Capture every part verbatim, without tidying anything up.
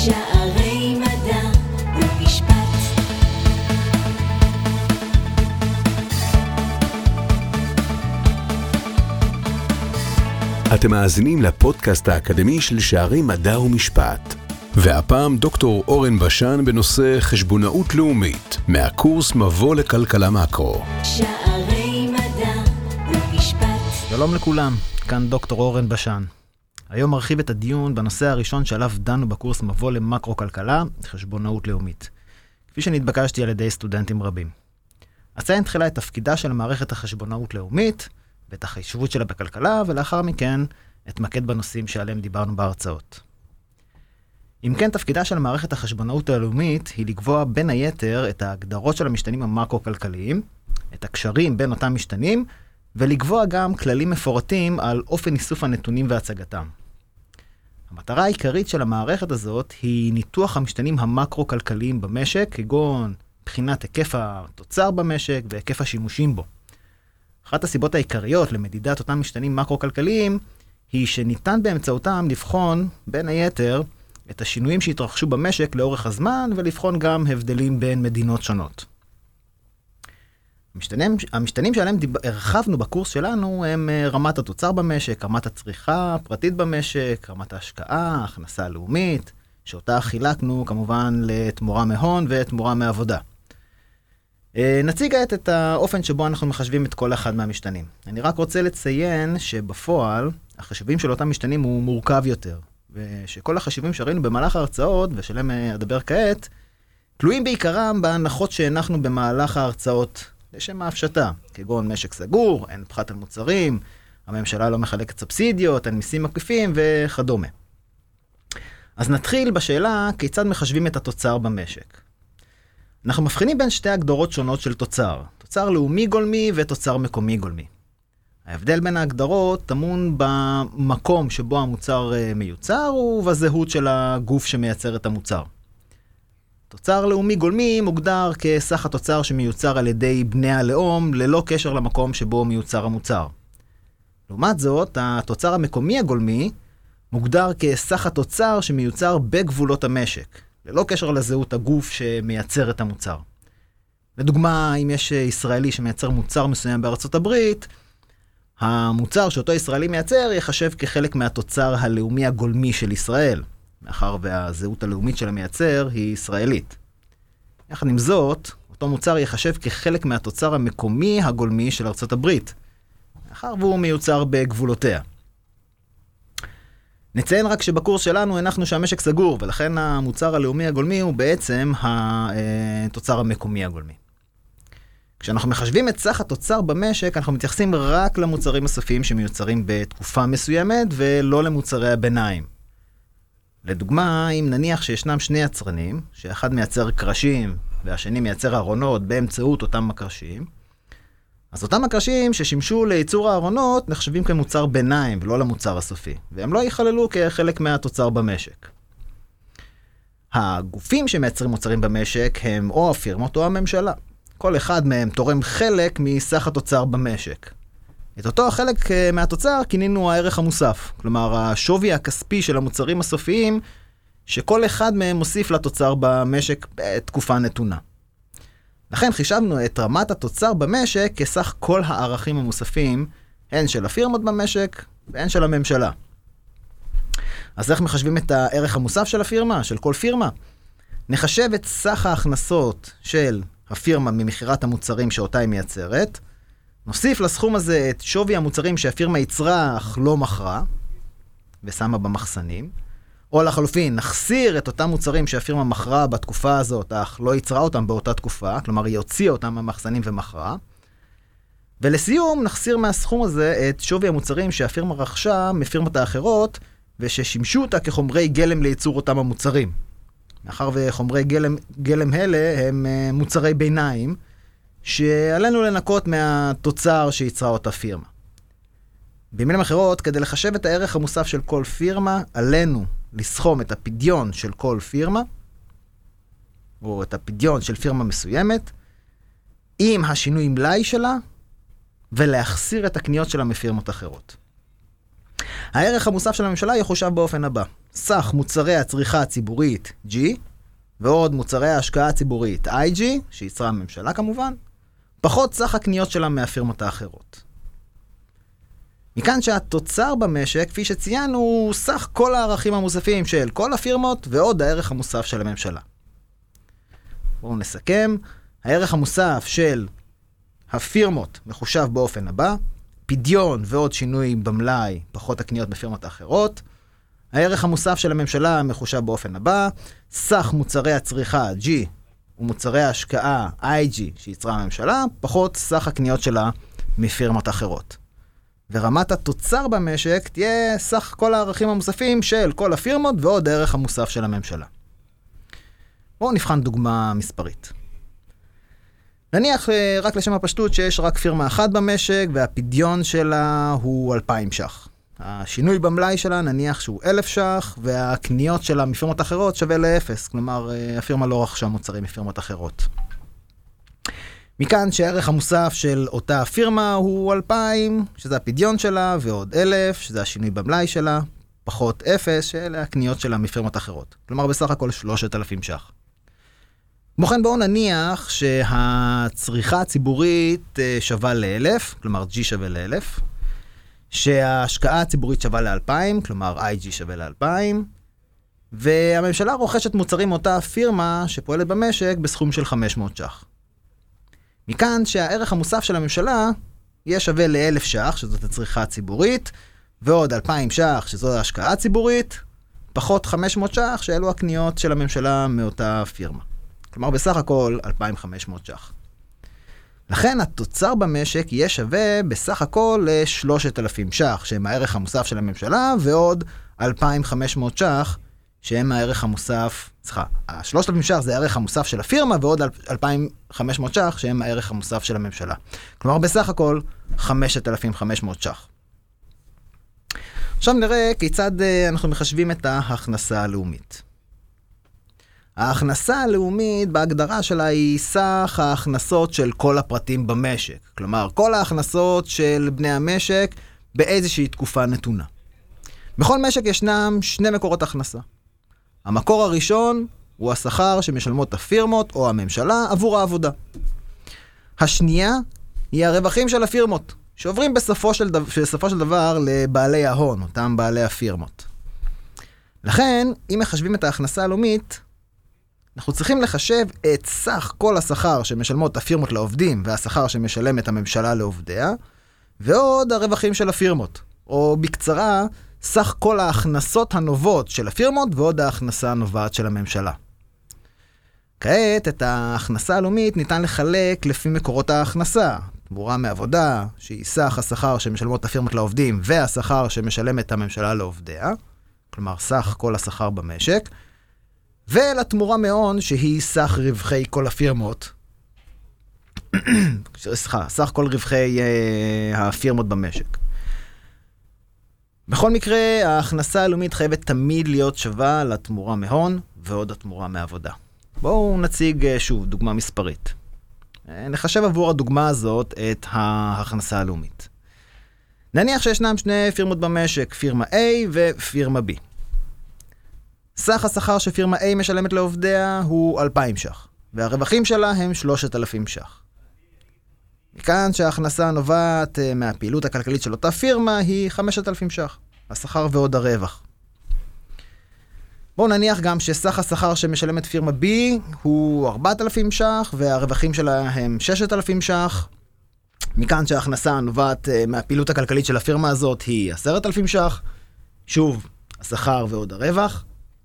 שערי מדע ומשפט. אתם מאזינים לפודקאסט האקדמי של שערי מדע ומשפט. והפעם דוקטור אורן בשן בנושא חשבונאות לאומית, מהקורס מבוא לכלכלה מקרו. שערי מדע ומשפט. שלום לכולם, כאן דוקטור אורן בשן. היום מרחיב את הדיון בנושא הראשון שעליו דנו בקורס מבוא למקרו כלכלה, חשבונאות לאומית. כפי שנתבקשתי על ידי סטודנטים רבים. אציין תחילה את תפקידה של מערכת החשבונאות לאומית, ואת החשיבות שלה בכלכלה, ולאחר מכן אתמקד בנושאים שעליהם דיברנו בהרצאות. אם כן, תפקידה של מערכת החשבונאות הלאומית היא לקבוע בין היתר את ההגדרות של המשתנים המקרו-כלכליים, את הקשרים בין אותם משתנים, ולקבוע גם כללים מפורטים על אופן איסוף הנתונים והצגתם. המטרה העיקרית של המערכת הזאת היא ניתוח המשתנים המקרו-כלכליים במשק, כגון בחינת היקף התוצר במשק והיקף השימושים בו. אחת הסיבות העיקריות למדידת אותם משתנים מקרו-כלכליים היא שניתן באמצעותם לבחון בין היתר את השינויים שהתרחשו במשק לאורך הזמן ולבחון גם הבדלים בין מדינות שונות. המשתנים, המשתנים שעליהם הרחבנו בקורס שלנו הם רמת התוצר במשק, רמת הצריכה הפרטית במשק, רמת ההשקעה, הכנסה הלאומית, שאותה חילקנו כמובן לתמורה מהון ותמורה מעבודה. נציג את את האופן שבו אנחנו מחשבים את כל אחד מהמשתנים. אני רק רוצה לציין שבפועל החשבים של אותם משתנים הוא מורכב יותר, ושכל החשבים שראינו במהלך ההרצאות, ושלהם אדבר כעת, תלויים בעיקרם בהנחות שהנחנו במהלך ההרצאות לשם ההפשטה, כגון משק סגור, אין פחת על מוצרים, הממשלה לא מחלקת סובסידיות, אין מיסים עקיפים וכדומה. אז נתחיל בשאלה כיצד מחשבים את התוצר במשק. אנחנו מבחינים בין שתי הגדרות שונות של תוצר, תוצר לאומי גולמי ותוצר מקומי גולמי. ההבדל בין ההגדרות טמון במקום שבו המוצר מיוצר ובזהות של הגוף שמייצר את המוצר. תוצר לאומי גולמי מוגדר כסך התוצר שמיוצר על ידי בני הלאום ללא קשר למקום שבו מיוצר המוצר. לעומת זאת, התוצר המקומי הגולמי מוגדר כסך התוצר שמיוצר בגבולות המשק, ללא קשר לזהות הגוף שמייצר את המוצר. לדוגמה, אם יש ישראלי שמייצר מוצר מסוים בארצות הברית, המוצר שאותו ישראלי מייצר יחשב כחלק מהתוצר הלאומי הגולמי של ישראל, מאחר והזהות הלאומית של המייצר היא ישראלית. יחד עם זאת, אותו מוצר יחשב כחלק מהתוצר המקומי הגולמי של ארצות הברית, מאחר והוא מיוצר בגבולותיה. נציין רק שבקורס שלנו הנחנו שהמשק סגור, ולכן המוצר הלאומי הגולמי הוא בעצם התוצר המקומי הגולמי. כשאנחנו מחשבים את סך התוצר במשק, אנחנו מתייחסים רק למוצרים הסופיים שמיוצרים בתקופה מסוימת, ולא למוצרי הביניים. לדוגמה, אם נניח שישנם שני יצרנים, שאחד מייצר קרשים, והשני מייצר ארונות באמצעות אותם הקרשים, אז אותם הקרשים ששימשו לייצור הארונות נחשבים כמוצר ביניים ולא למוצר הסופי, והם לא ייכללו כחלק מהתוצר במשק. הגופים שמייצרים מוצרים במשק הם או הפירמות או הממשלה. כל אחד מהם תורם חלק מסך התוצר במשק. את אותו החלק מהתוצר כינינו הערך המוסף, כלומר השווי הכספי של המוצרים הסופיים שכל אחד מהם מוסיף לתוצר במשק בתקופה נתונה. לכן חישבנו את רמת התוצר במשק כסך כל הערכים המוספים, הן של הפירמות במשק והן של הממשלה. אז איך מחשבים את הערך המוסף של הפירמה, של כל פירמה? נחשב את סך ההכנסות של הפירמה ממחירת המוצרים שאותה היא מייצרת, נוסיף לסכום הזה את שווי המוצרים שהפירמה ייצרה אך לא מכרה, ושמה במחסנים, או לחלופין, נחסיר את אותם מוצרים שהפירמה מכרה בתקופה הזאת, אך לא ייצרה אותם באותה תקופה, כלומר היא הוציאה אותם מהמחסנים ומכרה, ולסיום נחסיר מהסכום הזה את שווי המוצרים שהפירמה רכשה מפירמות האחרות, וששימשו אותה כחומרי גלם לייצור אותם המוצרים. מאחר וחומרי גלם, גלם אלה הם מוצרי ביניים, שעלינו לנקות מהתוצר שיצרה אותה פירמה. במילים אחרות, כדי לחשב את הערך המוסף של כל פירמה, עלינו לסכום את הפדיון של כל פירמה, או את הפדיון של פירמה מסוימת, עם השינוי מלאי שלה, ולהחסיר את הקניות שלה מפירמות אחרות. הערך המוסף של הממשלה יחושב באופן הבא. סך מוצרי הצריכה הציבורית G, ועוד מוצרי ההשקעה הציבורית I G, שיצרה הממשלה כמובן, פחות סך הקניות שלה מהפירמות האחרות. מכאן שהתוצר במשק, כפי שציינו, הוא סך כל הערכים המוספים של כל הפירמות ועוד הערך המוסף של הממשלה. בואו נסכם. הערך המוסף של הפירמות מחושב באופן הבא, פדיון ועוד שינוי במלאי, פחות הקניות בפירמות האחרות. הערך המוסף של הממשלה מחושב באופן הבא, סך מוצרי הצריכה G ומוצרי ההשקעה I G שיצרה הממשלה, פחות סך הקניות שלה מפירמות אחרות. ורמת התוצר במשק תהיה סך כל הערכים המוספים של כל הפירמות ועוד הערך המוסף של הממשלה. בואו נבחן דוגמה מספרית. נניח רק לשם הפשטות שיש רק פירמה אחת במשק והפדיון שלה הוא אלפיים שח. השינוי במלאי שלה נניח שהוא אלף שח והקניות שלה מפירמות אחרות שווה לאפס. כלומר, הפירמה לא רכשה מוצרים מפירמות אחרות. מכאן שהערך המוסף של אותה פירמה הוא אלפיים, שזה הפדיון שלה, ועוד אלף, שזה השינוי במלאי שלה, פחות אפס, שאלה הקניות שלה מפירמות אחרות. כלומר, בסך הכל שלושת אלפים שח. כמו כן, בואו נניח שהצריכה הציבורית שווה לאלף, כלומר G שווה לאלף, שההשקעה הציבורית שווה לאלפיים, כלומר I G שווה לאלפיים, והממשלה רוכשת מוצרים מאותה פירמה שפועלת במשק בסכום של חמש מאות שח. מכאן שהערך המוסף של הממשלה יהיה שווה לאלף שח, שזאת הצריכה הציבורית, ועוד אלפיים שח, שזאת ההשקעה הציבורית, פחות חמש מאות שח, שאלו הקניות של הממשלה מאותה פירמה. כלומר, בסך הכל אלפיים וחמש מאות שח. לכן התוצר במשק יהיה שווה בסך הכל ל-שלושת אלפים שח, שהם הערך המוסף של הממשלה, ועוד אלפיים וחמש מאות שח, שהם הערך המוסף, סליחה, ה-שלושת אלפים שח זה הערך המוסף של הפירמה, ועוד אלפיים וחמש מאות שח, שהם הערך המוסף של הממשלה. כלומר, בסך הכל חמשת אלפים וחמש מאות שח. עכשיו נראה כיצד אנחנו מחשבים את ההכנסה הלאומית. ההכנסה הלאומית בהגדרה שלה היא סך ההכנסות של כל הפרטים במשק. כלומר, כל ההכנסות של בני המשק באיזושהי תקופה נתונה. בכל משק ישנם שני מקורות הכנסה. המקור הראשון הוא השכר שמשלמות הפירמות או הממשלה עבור העבודה. השנייה היא הרווחים של הפירמות, שעוברים בסופו של, דבר, בסופו של דבר לבעלי ההון, אותם בעלי הפירמות. לכן, אם מחשבים את ההכנסה הלאומית, אנחנו צריכים לחשב את סך כל השכר שמשלמות הפירמות לעובדים והשכר שמשלמת הממשלה לעובדיה, ועוד הרווחים של הפירמות, או בקצרה, סך כל ההכנסות הנובעות של הפירמות ועוד ההכנסה הנובעת של הממשלה. כעת, את ההכנסה הלאומית ניתן לחלק לפי מקורות ההכנסה. תמורה מעבודה, שהיא סך השכר שמשלמות הפירמות לעובדים והשכר שמשלמת הממשלה לעובדיה, כלומר סך כל השכר במשק, ולתמורה מהון, שהיא סך רווחי כל הפירמות, סליחה, סך כל רווחי uh, הפירמות במשק. בכל מקרה, ההכנסה הלאומית חייבת תמיד להיות שווה לתמורה מהון ועוד התמורה מעבודה. בואו נציג שוב דוגמה מספרית. נחשב עבור הדוגמה הזאת את ההכנסה הלאומית. נניח שישנם שני פירמות במשק, פירמה A ופירמה B. סך השכר שפירמה A משלמת לעובדיה הוא אלפיים שח, והרווחים שלה הם שלושת אלפים שח. מכאן שההכנסה הנובעת מהפעילות הכלכלית של אותה פירמה היא חמשת אלפים שח, השכר ועוד הרווח. בואו נניח גם שסך השכר שמשלמת פירמה B הוא ארבעת אלפים שח, והרווחים שלה הם ששת אלפים שח. מכאן שההכנסה הנובעת מהפעילות הכלכלית של הפירמה הזאת היא עשרת אלפים שח. שוב, השכר ועוד הרווח.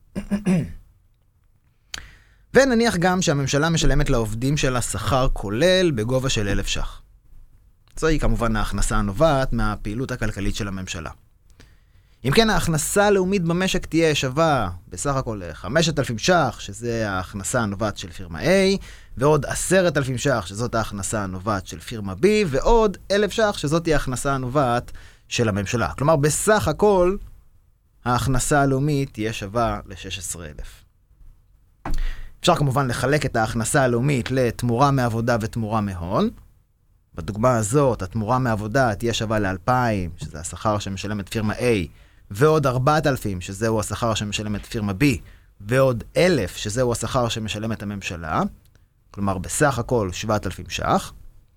ונניח גם שהממשלה משלמת לעובדים שלה שכר כולל בגובה של אלף שח. זוהי כמובן ההכנסה הנובעת מהפעילות הכלכלית של הממשלה. אם כן, ההכנסה הלאומית במשק תהיה שווה בסך הכל חמשת אלפים שח, שזה ההכנסה הנובעת של פירמה A, ועוד עשרת אלפים שח, שזאת ההכנסה הנובעת של פירמה B, ועוד אלף שח, שזאת ההכנסה הנובעת של הממשלה. כלומר, בסך הכל, ההכנסה הלאומית תהיה שווה ל-שישה עשר אלף. אפשר כמובן לחלק את ההכנסה הלאומית לתמורה מעבודה ותמורה מהון. בדוגמה הזאת, התמורה מעבודה תהיה שווה ל-אלפיים, שזה השכר שמשלמת פירמה A, ועוד ארבעת אלפים, שזהו השכר שמשלמת פירמה B, ועוד אלף, שזהו השכר שמשלמת הממשלה, כלומר בסך הכל שבעת אלפים ש"ח.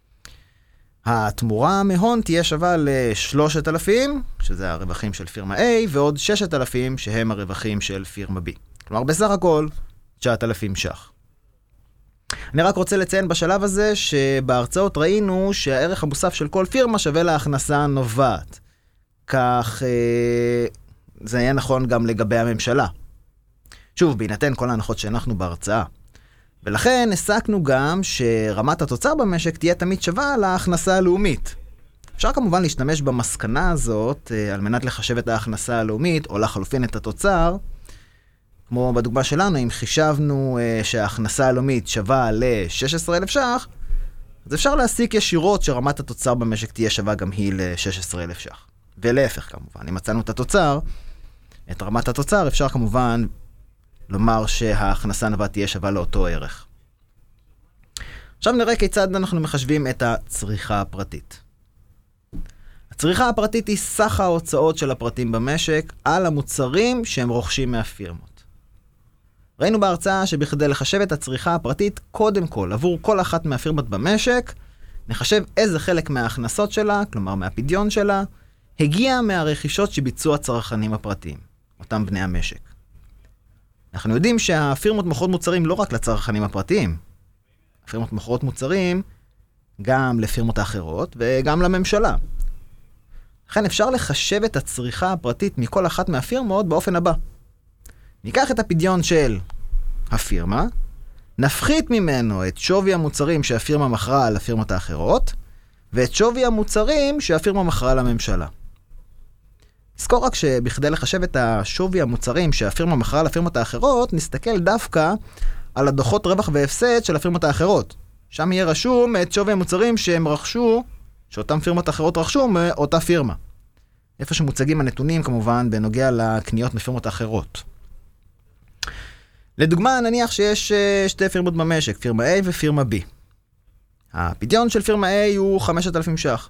התמורה מהון תהיה שווה ל-שלושת אלפים, שזה הרווחים של פירמה A, ועוד ששת אלפים, שהם הרווחים של פירמה B. כלומר בסך הכל תשעת אלפים ש"ח. אני רק רוצה לציין בשלב הזה שבהרצאות ראינו שהערך המוסף של כל פירמה שווה להכנסה הנובעת. כך זה יהיה נכון גם לגבי הממשלה. שוב, בהינתן כל ההנחות שאנחנו בהרצאה. ולכן הסקנו גם שרמת התוצר במשק תהיה תמיד שווה להכנסה הלאומית. אפשר כמובן להשתמש במסקנה הזאת על מנת לחשב את ההכנסה הלאומית או לחלופין את התוצר. כמו בדוגמה שלנו, אם חישבנו שההכנסה הלאומית שווה ל-שש עשרה אלף ש"ח, אז אפשר להסיק ישירות שרמת התוצר במשק תהיה שווה גם היא ל-שש עשרה אלף ש"ח. ולהפך כמובן, אם מצאנו את התוצר, את רמת התוצר, אפשר כמובן לומר שההכנסה הנובעת תהיה שווה לאותו ערך. עכשיו נראה כיצד אנחנו מחשבים את הצריכה הפרטית. הצריכה הפרטית היא סך ההוצאות של הפרטים במשק על המוצרים שהם רוכשים מהפירמות. ראינו בהרצאה שבכדי לחשב את הצריכה הפרטית, קודם כל, עבור כל אחת מהפירמות במשק, נחשב איזה חלק מההכנסות שלה, כלומר מהפדיון שלה, הגיע מהרכישות שביצעו הצרכנים הפרטיים, אותם בני המשק. אנחנו יודעים שהפירמות מוכרות מוצרים לא רק לצרכנים הפרטיים. הפירמות מוכרות מוצרים גם לפירמות האחרות וגם לממשלה. לכן אפשר לחשב את הצריכה הפרטית מכל אחת מהפירמות באופן הבא. ניקח את הפדיון של הפירמה, נפחית ממנו את שווי המוצרים שהפירמה מכרה על הפירמות האחרות, ואת שווי המוצרים שהפירמה מכרה לממשלה. נזכור רק שבכדי לחשב את השווי המוצרים שהפירמה מכרה לפירמות האחרות, נסתכל דווקא על הדוחות רווח והפסד של הפירמות האחרות. שם יהיה רשום את שווי המוצרים שהם רכשו, שאותם פירמות אחרות רכשו מאותה פירמה. איפה שמוצגים הנתונים כמובן בנוגע לקניות מפירמות אחרות. לדוגמה, נניח שיש שתי פירמות במשק, פירמה A ופירמה B. הפדיון של פירמה A הוא חמשת אלפים ש"ח.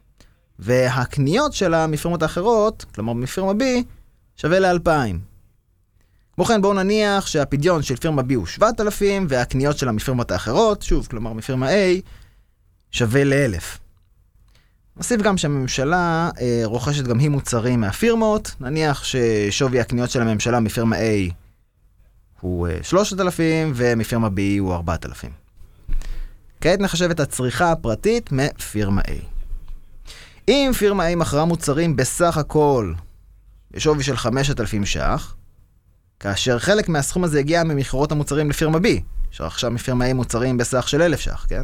והקניות שלה מפירמות האחרות, כלומר מפירמה B, שווה ל-אלפיים. כמו כן, בואו נניח שהפדיון של פירמה B הוא שבעת אלפים, והקניות שלה מפירמות האחרות, שוב, כלומר מפירמה A, שווה ל-אלף. נוסיף גם שהממשלה אה, רוכשת גם היא מוצרים מהפירמות. נניח ששווי הקניות של הממשלה מפירמה A הוא אה, שלושת אלפים, ומפירמה B הוא ארבעת אלפים. כעת נחשב את הצריכה הפרטית מפירמה A. אם פירמה A מכרה מוצרים בסך הכל בשווי של חמשת אלפים ש"ח, כאשר חלק מהסכום הזה הגיע ממכירות המוצרים לפירמה B, שרכשה מפירמה A מוצרים בסך של אלף ש"ח, כן?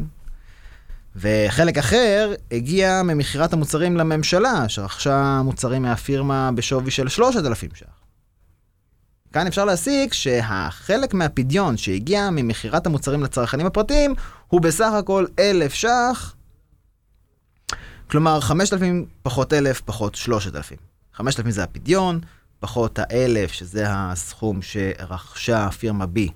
וחלק אחר הגיע ממכירת המוצרים לממשלה, שרכשה מוצרים מהפירמה בשווי של שלושת אלפים ש"ח. כאן אפשר להסיק שהחלק מהפדיון שהגיע ממכירת המוצרים לצרכנים הפרטיים הוא בסך הכל אלף ש"ח, כלומר חמשת אלפים פחות אלף פחות שלושת אלפים. חמשת אלפים זה הפדיון, פחות האלף שזה הסכום שרכשה פירמה B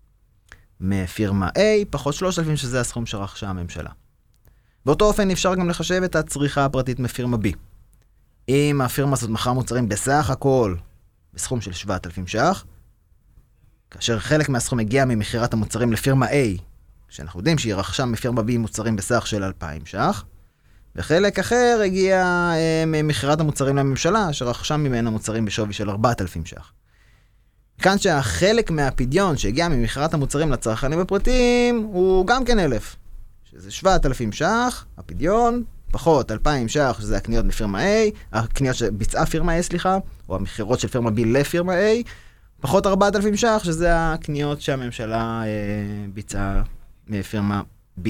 מפירמה A, פחות שלושת אלפים שזה הסכום שרכשה הממשלה. באותו אופן אפשר גם לחשב את הצריכה הפרטית מפירמה B. אם הפירמה הזאת מכרה מוצרים בסך הכל בסכום של שבעת אלפים ש"ח, כאשר חלק מהסכום הגיע ממכירת המוצרים לפירמה A, שאנחנו יודעים שהיא רכשה מפירמה B מוצרים בסך של אלפיים ש"ח, וחלק אחר הגיע אה, ממכירת המוצרים לממשלה, שרכשה ממנה מוצרים בשווי של ארבעת אלפים ש"ח. כאן שהחלק מהפדיון שהגיע ממכירת המוצרים לצרכנים הפרטיים הוא גם כן אלף. שזה שבעת אלפים ש"ח, הפדיון, פחות אלפיים ש"ח, שזה הקניות מפירמה A, הקניות שביצעה פירמה A, סליחה, או המכירות של פירמה B לפירמה A, פחות ארבעת אלפים ש"ח, שזה הקניות שהממשלה אה, ביצעה מפירמה B.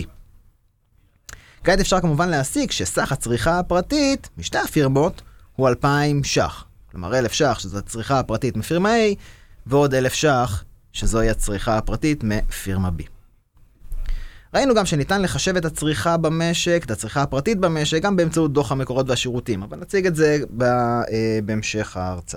כעת אפשר כמובן להסיק שסך הצריכה הפרטית משתי הפירמות הוא אלפיים ש"ח. כלומר אלף ש"ח שזו הצריכה הפרטית מפירמה A, ועוד אלף ש"ח שזוהי הצריכה הפרטית מפירמה B. ראינו גם שניתן לחשב את הצריכה במשק, את הצריכה הפרטית במשק, גם באמצעות דוח המקורות והשירותים, אבל נציג את זה בהמשך ההרצאה.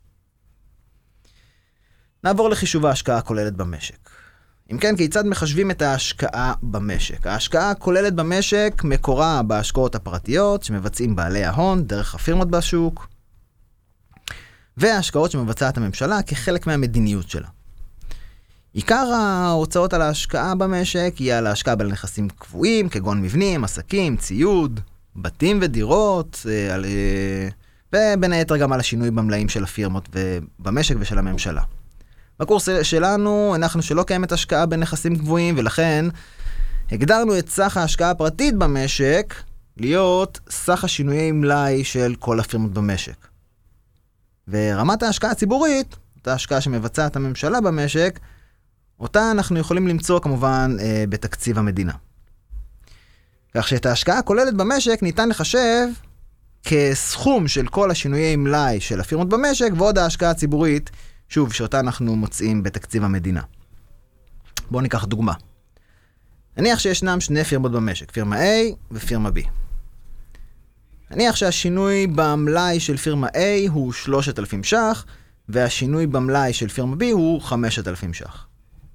נעבור לחישוב ההשקעה הכוללת במשק. אם כן, כיצד מחשבים את ההשקעה במשק? ההשקעה הכוללת במשק מקורה בהשקעות הפרטיות שמבצעים בעלי ההון דרך הפירמות בשוק. וההשקעות שמבצעת הממשלה כחלק מהמדיניות שלה. עיקר ההוצאות על ההשקעה במשק יהיה על ההשקעה בנכסים קבועים, כגון מבנים, עסקים, ציוד, בתים ודירות, על, ובין היתר גם על השינוי במלאים של הפירמות במשק ושל הממשלה. בקורס שלנו אנחנו שלא קיימת השקעה בנכסים קבועים, ולכן הגדרנו את סך ההשקעה הפרטית במשק להיות סך השינויי מלאי של כל הפירמות במשק. ורמת ההשקעה הציבורית, אותה השקעה שמבצעת הממשלה במשק, אותה אנחנו יכולים למצוא כמובן אה, בתקציב המדינה. כך שאת ההשקעה הכוללת במשק ניתן לחשב כסכום של כל השינויי מלאי של הפירמות במשק, ועוד ההשקעה הציבורית, שוב, שאותה אנחנו מוצאים בתקציב המדינה. בואו ניקח דוגמה. נניח שישנם שני פירמות במשק, פירמה A ופירמה B. נניח שהשינוי במלאי של פירמה A הוא שלושת אלפים ש"ח, והשינוי במלאי של פירמה B הוא חמשת אלפים ש"ח.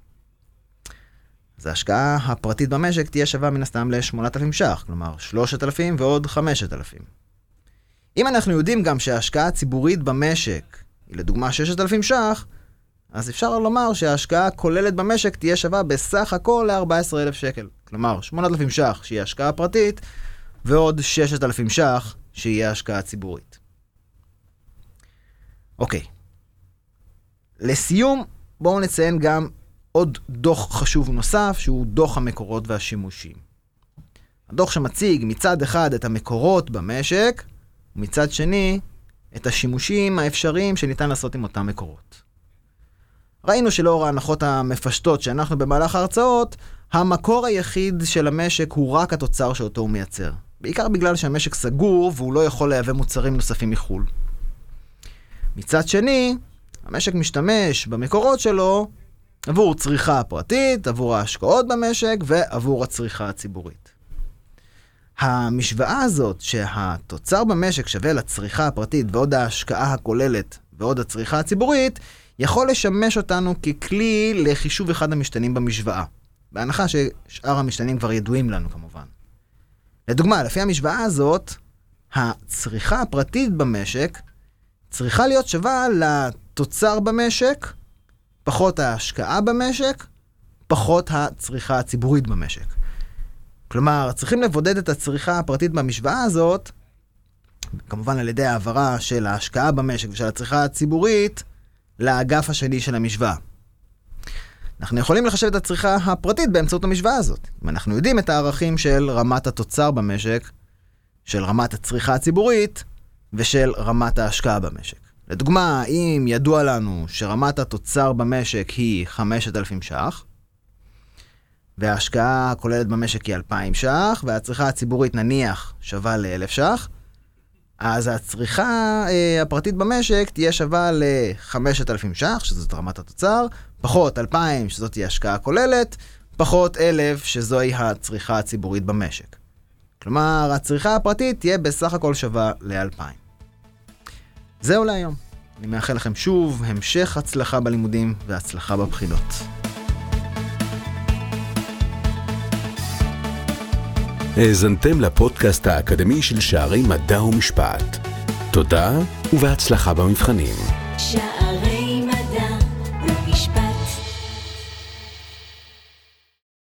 אז ההשקעה הפרטית במשק תהיה שווה מן הסתם ל-שמונת אלפים ש"ח, כלומר שלושת אלפים ועוד חמשת אלפים. אם אנחנו יודעים גם שההשקעה הציבורית במשק היא לדוגמה ששת אלפים ש"ח, אז אפשר לומר שההשקעה הכוללת במשק תהיה שווה בסך הכל ל-ארבעה עשר אלף שקל. כלומר, שמונת אלפים ש"ח שהיא השקעה פרטית, ועוד ששת אלפים ש"ח שהיא השקעה ציבורית. אוקיי. לסיום, בואו נציין גם עוד דוח חשוב נוסף, שהוא דוח המקורות והשימושים. הדוח שמציג מצד אחד את המקורות במשק, ומצד שני את השימושים האפשריים שניתן לעשות עם אותם מקורות. ראינו שלאור ההנחות המפשטות שאנחנו במהלך ההרצאות, המקור היחיד של המשק הוא רק התוצר שאותו הוא מייצר. בעיקר בגלל שהמשק סגור והוא לא יכול לייבא מוצרים נוספים מחול. מצד שני, המשק משתמש במקורות שלו עבור צריכה הפרטית, עבור ההשקעות במשק ועבור הצריכה הציבורית. המשוואה הזאת שהתוצר במשק שווה לצריכה הפרטית ועוד ההשקעה הכוללת ועוד הצריכה הציבורית, יכול לשמש אותנו ככלי לחישוב אחד המשתנים במשוואה. בהנחה ששאר המשתנים כבר ידועים לנו כמובן. לדוגמה, לפי המשוואה הזאת, הצריכה הפרטית במשק צריכה להיות שווה לתוצר במשק, פחות ההשקעה במשק, פחות הצריכה הציבורית במשק. כלומר, צריכים לבודד את הצריכה הפרטית במשוואה הזאת, כמובן על ידי העברה של ההשקעה במשק ושל הצריכה הציבורית, לאגף השני של המשוואה. אנחנו יכולים לחשב את הצריכה הפרטית באמצעות המשוואה הזאת. אם אנחנו יודעים את הערכים של רמת התוצר במשק, של רמת הצריכה הציבורית, ושל רמת ההשקעה במשק. לדוגמה, אם ידוע לנו שרמת התוצר במשק היא חמשת אלפים ש"ח, וההשקעה הכוללת במשק היא אלפיים ש"ח, והצריכה הציבורית נניח שווה ל-אלף ש"ח, אז הצריכה אה, הפרטית במשק תהיה שווה ל-חמשת אלפים ש"ח, שזאת רמת התוצר, פחות אלפיים, שזאת היא השקעה כוללת, פחות אלף, שזוהי הצריכה הציבורית במשק. כלומר, הצריכה הפרטית תהיה בסך הכל שווה ל-אלפיים. זהו להיום. אני מאחל לכם שוב המשך הצלחה בלימודים והצלחה בבחינות. האזנתם לפודקאסט האקדמי של שערי מדע ומשפט. תודה ובהצלחה במבחנים. שערי